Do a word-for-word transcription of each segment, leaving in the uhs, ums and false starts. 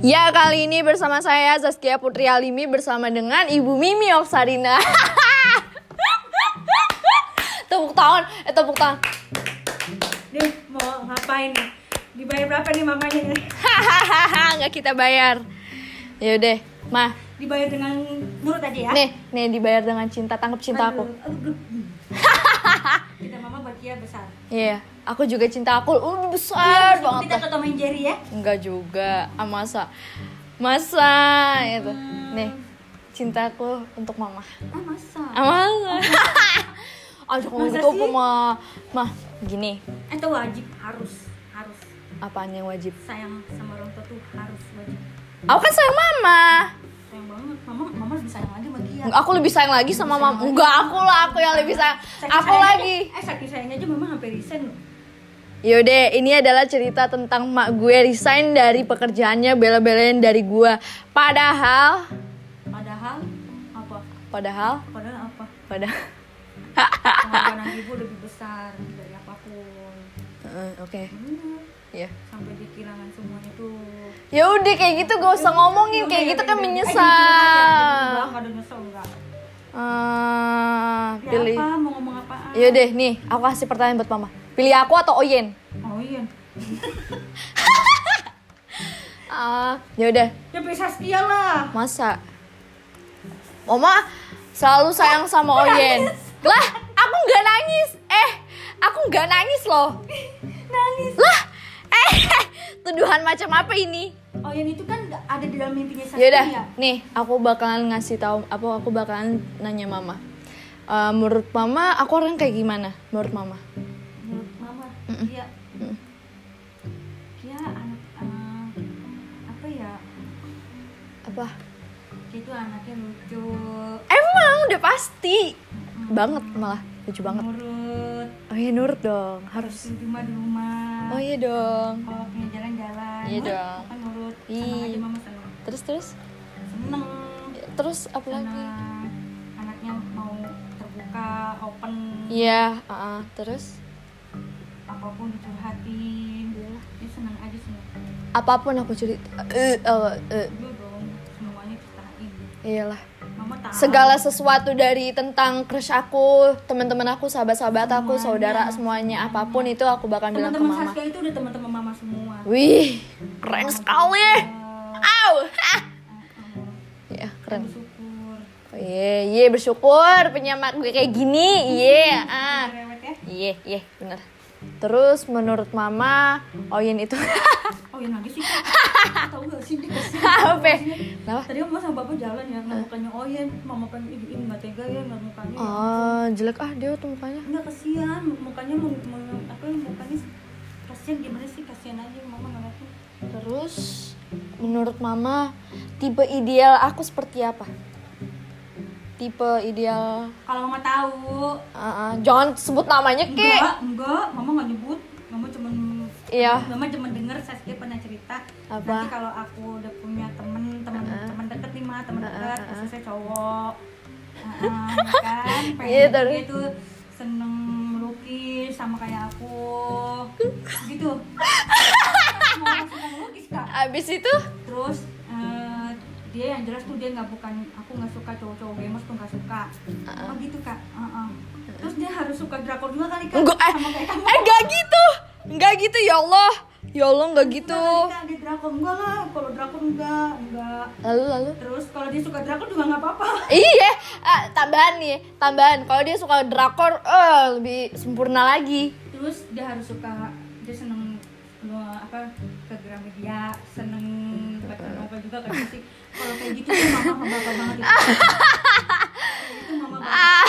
Ya, kali ini bersama saya Zaskia Putri Alimi bersama dengan Ibu Mimi Oksarina. Tepuk tangan, eh tepuk tangan. Nih, mau ngapain nih? Dibayar berapa nih mamanya nih? Hahaha, nggak kita bayar. Yaudah, Ma. Dibayar dengan nurut aja ya? Nih, nih dibayar dengan cinta, tangkap cinta aku. Kita mama buat dia besar. Iya, yeah, aku juga cinta aku. Uh, besar ya, banget. Kita ke Tom and Jerry ya? Enggak juga, ah, masa. Masa, itu. Hmm. Nih, cintaku untuk mama. Ah, masa? Ah, masa. Aduh, kamu gitu apa, Ma? Ma, gini. Itu wajib, harus, harus. Apaan yang wajib? Sayang sama orang tua tuh harus wajib. Aku kan sayang mama. Sayang banget, mama, mama lebih sayang lagi sama dia. Aku lebih sayang lagi sama mama. Enggak, aku lah, aku yang lebih sayang. Saking aku lagi. Aja, eh, saking sayangnya aja mama hampir resign loh. Yaudah, ini adalah cerita tentang mak gue resign dari pekerjaannya, bela-belain dari gue. Padahal, padahal apa? Padahal, padahal apa? Padahal. Pengorbanan ibu lebih besar dari apapun. Uh, Oke. Okay. Iya. Yeah. Sampai dia kehilangan semuanya tuh. Ya udah kayak gitu gak usah ngomongin, kayak gitu kan menyesal. Enggak, enggak ada nyesel enggak. Uh, pilih. Apa? Mau ngomong apaan? Yaudah, nih, aku kasih pertanyaan buat mama. Pilih aku atau Oyen? Oh, Oyen. Ah, ya udah. Ya pilih Saskia lah. Masa? Mama selalu sayang sama Oyen. Lah, aku nggak nangis. Eh, aku nggak nangis loh. Nangis. Lah, eh, tuduhan macam apa ini? Oyen itu kan ada di dalam mimpinya Saskia. Yaudah, nih, aku bakalan ngasih tahu. Apa aku bakalan nanya mama. Uh, menurut mama, aku orang kayak gimana? Menurut mama? Menurut mama, Mm-mm. dia, Mm-mm. dia anak uh, apa ya? Apa? Dia itu anaknya lucu. Emang udah pasti. Banget malah, lucu banget. Nurut. Oh iya, nurut dong, harus. Di rumah di rumah. Oh iya dong. Kalau punya jalan-jalan. Iya nurut, dong. Kan nurut. Ih. Senang aja mama senang. Terus terus? Seneng. Terus apa lagi? Senang. Anaknya mau terbuka, open. Iya, uh-uh. Terus? Apapun dicurhatin. Dia senang aja senang. Apapun aku cerita. Eh, uh, uh. Iya dong, semuanya ceritain. Iyalah. Mama tahu. Segala sesuatu dari tentang crush aku, teman-teman aku, sahabat-sahabat aku, Semuanya. saudara, semuanya, apapun itu aku bakal bilang ke Teman-teman mama. Saskia itu udah teman-teman mama semua. Wih, keren sekali. Au. Ya, keren. Bersyukur. Oh, iya, iya bersyukur punya mak gue kayak gini. Iya, ah. Cerewet ya? Iya, iya, benar. Terus menurut mama, Oyen itu Oh ya lagi sih. Tahu gak sih dia kasih. apa? Kenapa? Tadi mama sama bapak jalan ya, nggak mukanya Oyen, mama pengen ini nggak tega ya nggak mukanya. Oh, jelek ah dia tuh mukanya. Nggak kasihan, mukanya mau, mau apa mukanya kasihan gimana sih, kasihan aja mama ngeliatnya. Terus menurut mama tipe ideal aku seperti apa? Tipe ideal. Kalau mama tahu. Uh, jangan sebut namanya kek. Enggak, enggak, mama nggak nyebut, mama cuman. Iya. Mama cuma denger Saskia pernah cerita. Apa? Nanti kalau aku udah punya temen, temen, uh, temen deket nih mah, temen deket, uh, uh, khususnya cowok, uh, uh, kan, pengen Iya, dia tuh seneng melukis sama kayak aku, gitu. Mau seneng melukis kak. Abis itu? Terus uh, dia yang jelas tuh dia nggak bukan, aku nggak suka cowok-cowok gamers tuh nggak suka. Uh, oh gitu kak. Uh, uh. Terus dia harus suka drakor juga kali kak. Enggak, eh, sama kayak kamu. eh gak gitu, gak gitu ya Allah, ya Allah gak gitu. Enggak kali kak, dia drakor enggak lah, kalau drakor enggak, enggak. Lalu lalu. Terus kalau dia suka drakor juga nggak apa-apa. Iya, ah, tambahan nih, tambahan. Kalau dia suka drakor, eh lebih sempurna lagi. Terus dia harus suka, dia seneng apa ke Gramedia, seneng baca novel juga kan sih. Kalau kayak gitu tuh mama mama bakal banget itu. Kayak gitu mama banget.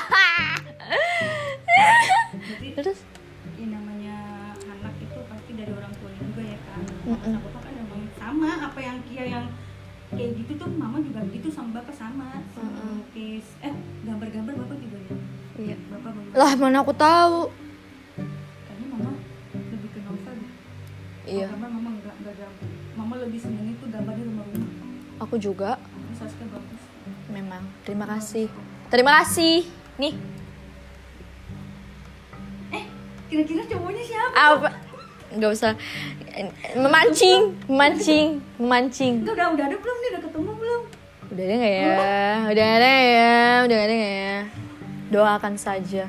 Jadi Terus? ya namanya anak itu pasti dari orang tuanya juga ya kan. Mm-mm. Sama bapak kan emang sama, apa yang Kia yang kayak gitu tuh mama juga gitu sama bapak sama. Sama lukis, eh gambar-gambar bapak juga ya. Iya. Bapak bagus. Lah mana aku tahu. Kayaknya mama lebih ke novel deh. Iya. Gambar mama enggak enggak gambar. Mama lebih seneng itu gambar di rumah-rumah. Aku juga. Saskia bagus. Memang. Terima kasih. Terima kasih. Nih. Eh, kira-kira cowoknya siapa? Apa? nggak usah memancing, memancing, memancing. Enggak, udah udah ada belum nih, udah ketemu belum? Udah ada nggak ya? Udah ada ya? Udah ada nggak ya? Doakan saja.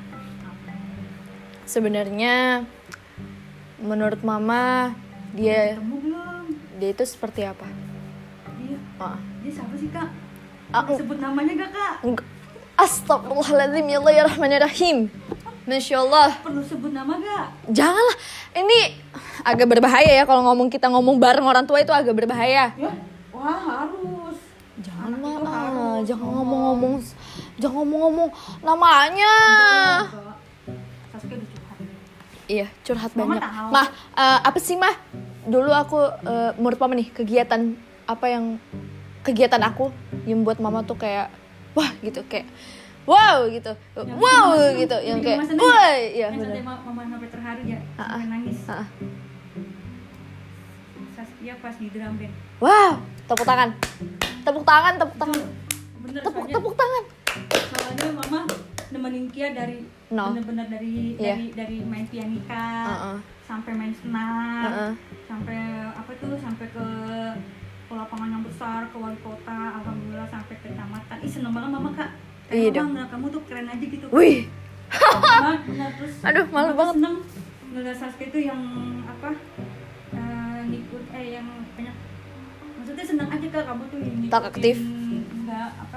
Sebenarnya menurut mama dia Ketemu belum? dia itu seperti apa? Dia, Ah. dia siapa sih kak? Ah, Sebut namanya gak kak? Enggak. Astagfirullahaladzim, ya Allah ya Rahmanirrahim. Masya Allah. Perlu sebut nama gak? Janganlah, ini agak berbahaya ya kalau ngomong kita ngomong bareng orang tua itu agak berbahaya. Ya, wah harus. Jangan Anak itu mah, harus. jangan ngomong-ngomong, jangan ngomong-ngomong namanya. Enggak. Sasuke udah curhat. Iya, curhat Mama banyak. tahu. Mah, eh, apa sih mah? Dulu aku eh, menurut mama nih kegiatan apa yang kegiatan aku yang buat mama tuh kayak wah gitu kayak wow gitu, Yang wow bikin mama- gitu, yang bikin kayak mama seneng wah ya? iya Yang sampai benar. ma- mama sampai terharu ya, Ah, ah. sampai nangis. Ah, Saskia pas di drum band. wow, tepuk tangan, tepuk tangan, tepuk tangan, Bener tepuk soalnya, tepuk tangan. soalnya mama nemenin Kia dari No. bener-bener dari Iya. dari dari main pianika Uh-uh. sampai main senam, Uh-uh. sampai apa tuh sampai ke ke lapangan yang besar, ke wali kota, alhamdulillah sampai ke kecamatan. Ih seneng banget mama kak. Iya Kayak dong. mama ngeliat kamu tuh keren aja gitu. Wih, Mama ngeliat terus. Aduh, malu mama banget. Seneng ngeliat Saskia itu yang apa eh, ngikut eh yang banyak. Maksudnya seneng aja kak kamu tuh yang Tak aktif. Enggak apa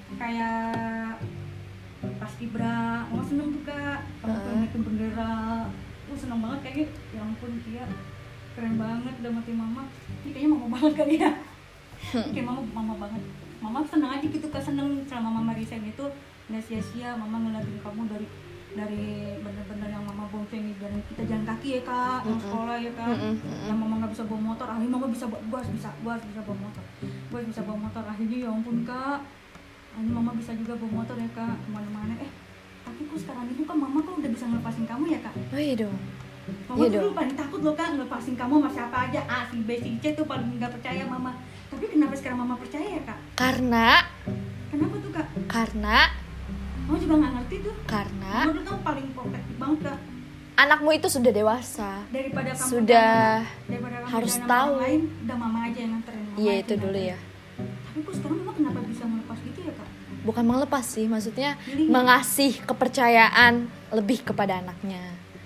kayak pas kibra, mama seneng tuh kak. Kamu tuh Uh. naikin bendera. Aku seneng banget kayaknya. Ya ampun Kia, keren banget udah mati mama. Ini kayaknya mama banget kali ya. Ini kayak mama mama banget. Mama seneng aja gitu kak, seneng selama mama resign itu nggak sia-sia. Mama ngeliatin kamu dari dari bener-bener yang mama boncengin dan kita jalan kaki ya kak, yang sekolah ya kak, Mm-mm, mm-mm. yang mama nggak bisa bawa motor, akhirnya mama bisa bawa bus, bisa bus bisa bawa motor, bus bisa bawa motor, akhirnya ya ampun kak, akhirnya mama bisa juga bawa motor ya kak kemana-mana. Eh tapi kok sekarang itu kan mama kok udah bisa ngelepasin kamu ya kak? oh iya dong. Mama Iya tuh dong. dulu paling takut loh kak ngelepasin kamu sama siapa aja, A, si B, si C tuh paling nggak percaya mama. Tapi kenapa sekarang mama percaya ya kak? Karena, Kenapa tuh kak? karena, Mama juga nggak ngerti tuh. karena Mama dulu kamu paling protektif banget kak. anakmu itu sudah dewasa. Daripada kamu Sudah jalan- daripada kamu harus jalan sama tahu. orang lain, udah mama aja yang nganterin. Mama Iya aja itu yang dulu nganterin. ya. Tapi kok sekarang mama kenapa bisa melepas gitu ya kak? Bukan melepas sih, maksudnya Jadi- mengasih kepercayaan lebih kepada anaknya.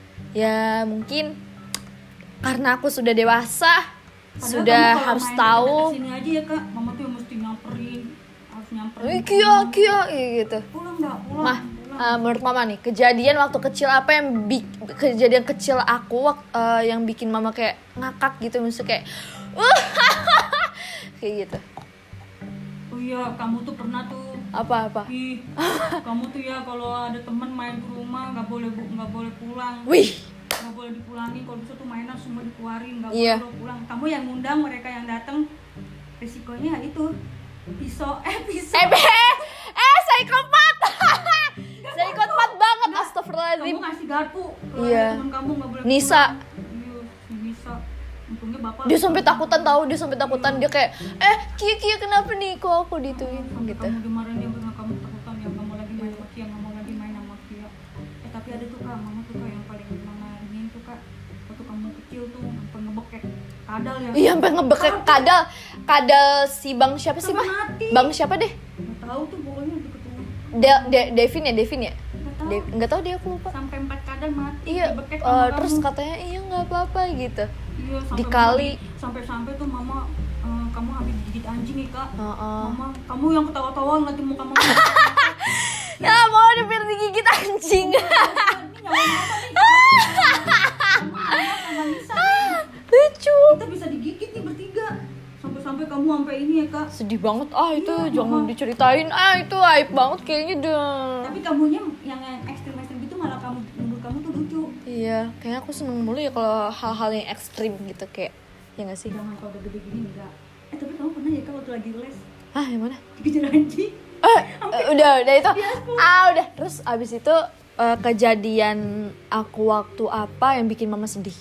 Ya mungkin karena aku sudah dewasa, Padahal sudah kamu kalau harus main tahu. deket-deket sini aja ya kak, mama tuh yang mesti nyamperin, harus nyamperin. Wih, Kia, Kia, gitu. Pulang nggak pulang? Mah, pulang. eh, menurut mama nih, kejadian waktu kecil apa yang bi- kejadian kecil aku wak- eh, yang bikin mama kayak ngakak gitu, maksudnya kayak, uh, kayak gitu. Oh iya, kamu tuh pernah tuh. Apa-apa? Ih, kamu tuh ya kalau ada teman main ke rumah nggak boleh bu- nggak boleh pulang. Wih, Nggak boleh dipulangin, kalau bisa tuh mainan semua dikeluarin, nggak Iya. boleh pulang. Kamu yang ngundang, mereka yang datang, risikonya ya itu pisau eh pisau. eh, be- eh, psikopat, psikopat banget, Kamu astagfirullahaladzim. ngasih garpu ke Iya. teman kamu nggak boleh Nisa. pulang. Iya, si Nisa. Untungnya bapak. Dia sampai takutan tahu, dia sampai takutan, dia kayak, eh, Kia, Kia kenapa nih, kok aku dituin Sampai gitu. kamu dimarahin dia karena kamu takutan ya, nggak mau lagi main sama Kia, nggak mau lagi main sama Kia. Eh tapi ada tuh kak, mama tuh kak yang paling mama ingin tuh kak, waktu kamu kecil tuh sampai ngebekek kadal ya. Iya, sampai ngebekek kadal, kadal si bang siapa sih mah? Sampai mati. Bang siapa deh? Nggak tahu tuh pokoknya itu ketemu. De, De, Devin ya, Devin ya? Nggak tahu. De- nggak tahu dia, aku lupa. Sampai empat kadal mati. Iya, dibekek eh, sama terus kamu. katanya iya nggak apa-apa gitu. Iya, sampai dikali. mama- sampai-sampai tuh mama eh, kamu habis digigit anjing nih kak. Heeh. Mama, kamu yang ketawa-tawa ngeliatin muka mama. Ya mau dipir digigit anjing. Ini nyawa mama nih. Kamu sama Nisa. Lucu. Kita bisa digigit nih bertiga. Sampai-sampai kamu sampai ini ya kak. Sedih banget ah itu, Iya, jangan Mama. diceritain ah itu aib banget kayaknya deh. Tapi kamunya yang yang ekstrim-ekstrim gitu malah kamu menurut kamu tuh lucu. Iya, kayaknya aku seneng mulu ya kalau hal-hal yang ekstrim gitu kayak, ya nggak sih? Jangan kalau udah gede gini enggak. Eh tapi kamu pernah ya kak waktu lagi les Ah yang mana? dikejar anjing? Eh, eh, udah, udah itu. Diaspora. Ah, udah. Terus abis itu eh, kejadian aku waktu apa yang bikin mama sedih?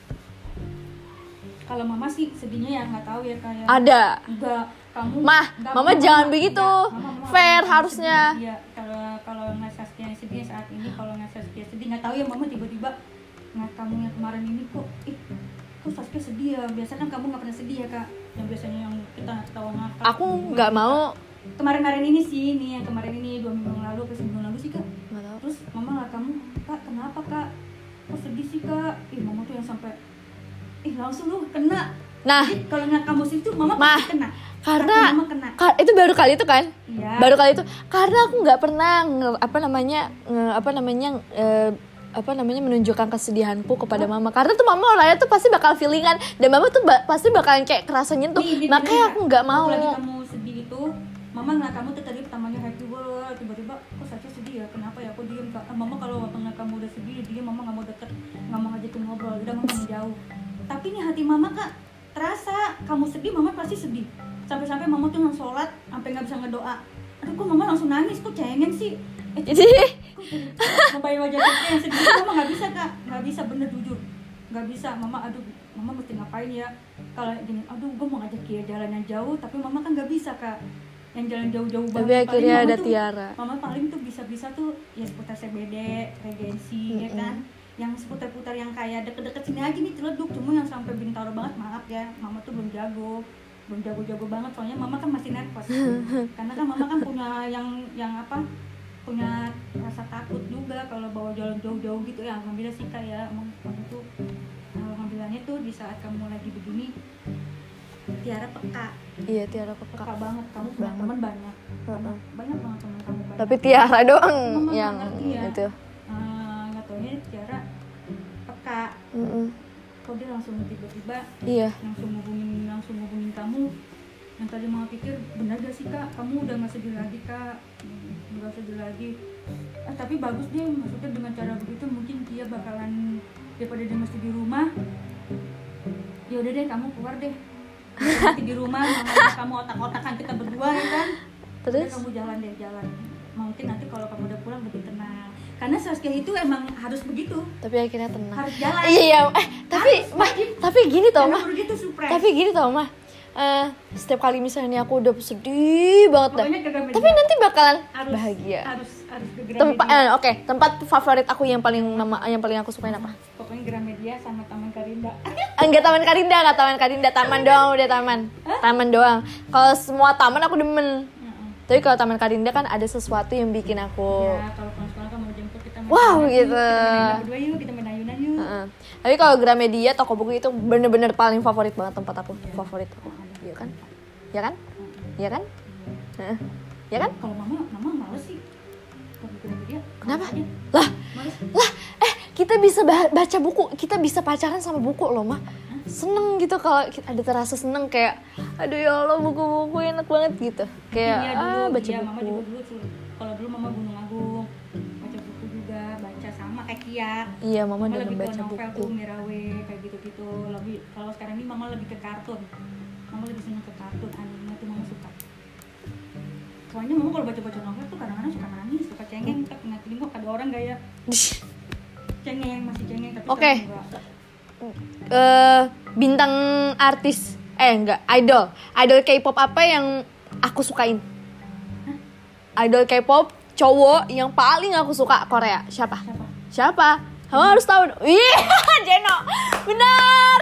Kalau mama sih sedihnya ya nggak tahu ya kayak. Ada. Enggak, kamu. Mah, enggak, mama jangan enggak, begitu. enggak. Mama- mama- Fair mama harusnya. sedih. Iya, kalau kalau nggak Saskia yang sedih saat ini, kalau nggak Saskia sedih nggak tahu ya mama tiba-tiba ngeliat kamu yang kemarin ini kok ih kok Saskia sedih ya, biasanya kan kamu nggak pernah sedih ya kak, yang biasanya yang kita ketawa ngakak. Aku nggak mau. Kemarin-kemarin ini sih, nih yang kemarin ini dua minggu yang lalu, ke seminggu yang lalu sih kak. Nggak tahu. Terus mama ngeliat kamu, kak kenapa kak? Kok sedih sih kak? Ih mama tuh yang sampai, ih langsung lu kena. Nah, Jadi, kalau ngeliat kamu situ mama Mah, pasti kena. karena Pasti mama kena. ka- itu baru kali itu kan? Iya. Baru kali itu karena aku nggak pernah nge- apa namanya nge- apa namanya eh, apa namanya menunjukkan kesedihanku kepada mama, karena tuh mama orangnya tuh pasti bakal feelingan dan mama tuh ba- pasti bakalan kayak kerasa nyentuh, Nih, nih, makanya bener aku nggak mau. Waktu lagi kamu sedih itu, mama ngeliat kamu tuh tadi pertamanya happy banget, tiba-tiba kok Saskia sedih ya, kenapa ya, aku diem kak. Mama kalau ngeliat kamu udah sedih, dia mama nggak mau deket, nggak mau ngajakin ngobrol, udah mama mau jauh. Tapi nih hati mama kak terasa kamu sedih, mama pasti sedih. Sampai-sampai mama tuh nggak sholat, sampai nggak bisa ngedoa. Aduh kok mama langsung nangis, kok cengeng sih. Eh, Jadi membayar wajah Saskia yang sedih, mama nggak bisa kak, nggak bisa, bener jujur nggak bisa. Mama aduh mama mesti ngapain ya kalau gini, aduh gue mau ngajak dia jalan yang jauh, tapi mama kan nggak bisa kak, yang jalan jauh-jauh banget. tapi akhirnya Paling ada mama tuh- Tiara. mama paling tuh bisa-bisa tuh ya seputar C B D, Regensi, ya kan, yang seputar-putar yang kayak deket-deket sini aja nih Ciledug. Cuma yang sampai Bintaro banget, maaf ya, mama tuh belum jago, belum jago-jago banget, soalnya mama kan masih nervous. Karena kan mama kan punya yang yang apa, punya rasa takut juga kalau bawa jalan jauh-jauh gitu ya. Alhamdulillah sih kak ya, emang waktu itu alhamdulillahnya tuh di saat kamu lagi begini Tiara peka, Iya, Tiara peka. peka banget. Kamu punya Banget. teman banyak, Heeh. banyak banget teman kamu banyak. Tapi Tiara doang Mama yang ngerti ya. itu. Eh, nggak taunya Tiara peka, Mm-mm. kok dia langsung tiba-tiba Iya. langsung hubungin langsung hubungin kamu. Yang tadi mama pikir benar gak sih kak, kamu udah nggak sedih lagi kak, nggak sedih lagi. Eh, tapi bagus deh, maksudnya dengan cara begitu mungkin dia bakalan, daripada dia mesti di rumah, ya udah deh kamu keluar deh, nanti di rumah mama kamu otak-otakan kita berdua ya kan. Udah Terus kamu jalan deh jalan, mungkin nanti kalau kamu udah pulang lebih tenang, karena Saskia itu emang harus begitu, tapi akhirnya tenang. harus jalan. Iya, eh tapi mah tapi gini tau mah. Emang begitu surprise. Tapi gini tau mah. Eh, setiap kali misalnya aku udah sedih banget dah. Pokoknya gagal media. Tapi nanti bakalan harus, bahagia. harus harus ke Gramedia. Tempat eh, oke, tempat favorit aku yang paling nama yang paling aku sukain apa? Pokoknya Gramedia sama Taman Karinda. Enggak Taman Karinda, enggak Taman Karinda, taman doang udah taman. Taman doang. Kalau semua taman aku demen. Heeh. Tapi kalau Taman Karinda kan ada sesuatu yang bikin aku Ya, kalau pulang sekolah kamu jemput kita main. Wow, ayunan yuk, gitu. Kita main berdua yuk, kita main ayunan yuk. Heeh. Tapi kalau Gramedia, toko buku itu bener-bener paling favorit banget tempat aku. Favorit aku. Iya kan? Ya kan? Ya kan? Heeh. Ya kan? Kalau mama, mama males sih. Kalau ke Gramedia. Kenapa? males aja. Lah, Males. lah, eh kita bisa ba- baca buku, kita bisa pacaran sama buku loh mah. Seneng gitu kalau ki- ada terasa seneng kayak, aduh ya Allah buku-buku enak banget gitu. Kayak Iya, ah dulu, baca iya, mama buku. juga dulu tuh. Kalau dulu mama Gunung Agung, baca buku juga, baca sama kayak Kia. Iya mama Mama udah lebih ke baca novel buku. tuh, Mirawe, kayak gitu-gitu. Lebih kalau sekarang ini mama lebih ke kartun. Mama lebih seneng ke kartun, anime tuh mama suka. Soalnya mama kalau baca-baca novel tuh kadang-kadang suka nangis, suka cengeng. Tapi nggak terima ada orang gak ya cengeng, masih cengeng tapi Oke. sekarang enggak. Eh, bintang artis, eh enggak, idol, idol K-pop apa yang aku sukain? Idol K-pop cowok yang paling aku suka Korea siapa? Siapa? Siapa? Kamu harus tahu. Iya, Jeno, benar.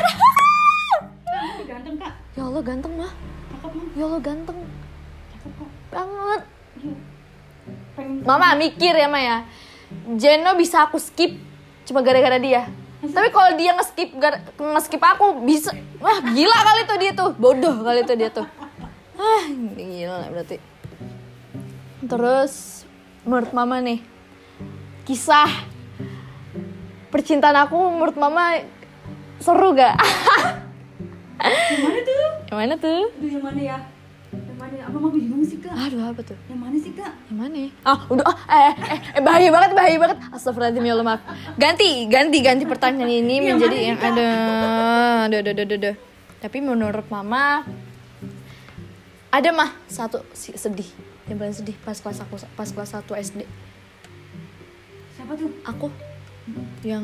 Kamu ganteng kak, Ya Allah ganteng mah, cakep mah, ya Allah ganteng cakep kok. banget. Iya. Pengen Mama mikir ya Maya, Jeno bisa aku skip cuma gara-gara dia. Tapi kalau dia nge-skip gar- nge-skip aku bisa, wah gila kali tuh dia tuh, bodoh kali tuh dia tuh. Ah gila berarti. Terus menurut Mama nih, kisah percintaan aku menurut Mama seru gak? Yang mana tuh? Yang mana tuh? Aduh yang mana ya? Yang mana ya? Apa mama bingung sih kak? Aduh apa tuh? Yang mana sih kak? Yang mana? Ah, udah ah, eh, eh, eh bahaya banget, bahaya banget. Astagfirullahaladzim ya Allah maaf. Ganti, ganti, ganti pertanyaan ini Yang menjadi mana yang sih, Kak? ada, ada, ada, ada, ada. Tapi menurut Mama ada mah satu si- sedih, yang paling sedih pas kelas aku, pas kelas satu S D. Siapa tuh? Aku yang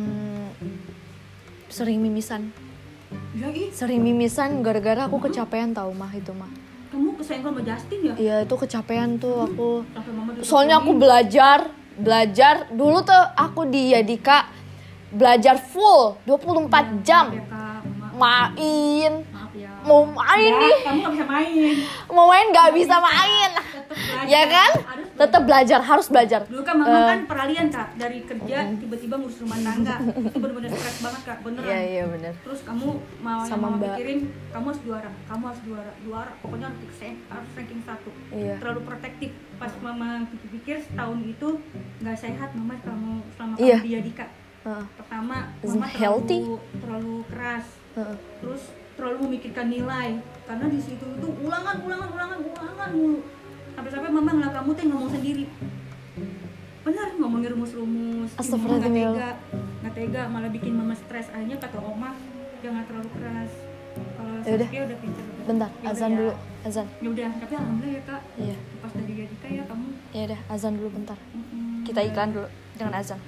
sering mimisan, Ya ih, sering mimisan gara-gara aku kecapean tau mah itu mah. kamu kesenggol sama Justin ya? Iya itu kecapean tuh aku. Sampai mama Soalnya aku belajar, belajar dulu tuh aku di Yadika belajar full dua puluh empat jam. Maaf ya, Kak. Maaf. Main. Maaf ya. Mau main Ya, nih. kamu gak bisa main. Mau main gak bisa main. Tetap belajar. Ya kan? Harus Tetap belajar, harus belajar. Dulu kan mama Eh, kan peralihan Kak, dari kerja tiba-tiba ngurus rumah tangga. Itu benar-benar stres banget Kak, beneran. Iya, iya benar. Terus kamu mau yang Sama mama Mbak. pikirin, kamu harus juara, kamu harus juara, juara. Pokoknya harus rank- harus ranking satu. Iya. Terlalu protektif. Pas mama pikir-pikir setahun itu nggak sehat mama kamu selama Iya. kamu di Yadika. Heeh. Pertama, Isn't mama healthy. terlalu terlalu keras. Heeh. Terus terlalu memikirkan nilai karena di situ itu ulangan ulangan ulangan ulangan mulu sampai-sampai mama ngeliat kamu tuh ngomong sendiri benar ngomongin rumus-rumus nggak Astagfirullahaladzim. tega nggak tega malah bikin mama stres akhirnya kata oma jangan terlalu keras kalau Yaudah. Saskia udah pintar Bentar, Yaudah azan ya. dulu. Azan. ya udah tapi alhamdulillah ya kak Iya. pas dari Yadika ya kamu Ya udah, azan dulu bentar. mm-mm. Kita iklan dulu, jangan azan.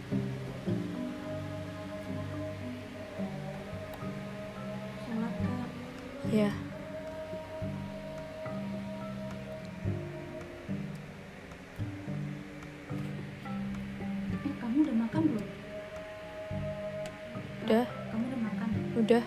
sholat kak Iya. eh kamu udah makan belum Udah, kamu udah makan udah.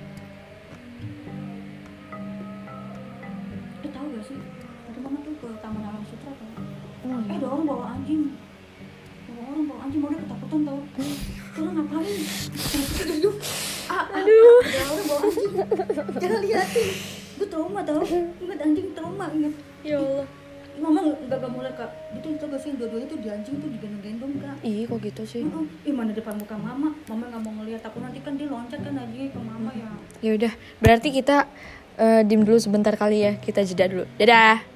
eh tahu gak sih tadi mama tuh ke Taman Alam Sutra kan Oh, eh ada orang bawa anjing bawa orang bawa anjing mau dia ketakutan tau orang ngapain ah, aduh ada orang bawa anjing jangan liatin gue trauma tau ingat anjing trauma ingat ya Allah. mama nggak gak mulai kak itu itu gak sih dua-duanya tuh di anjing tuh digendong-gendong kak Ih, kok gitu sih? Heeh. Ih mana depan muka mama mama nggak mau ngeliat aku nanti kan dia loncat kan anjingnya ke mama ya Ya udah, berarti kita eh, diem dulu sebentar kali ya. Kita jeda dulu. Dadah.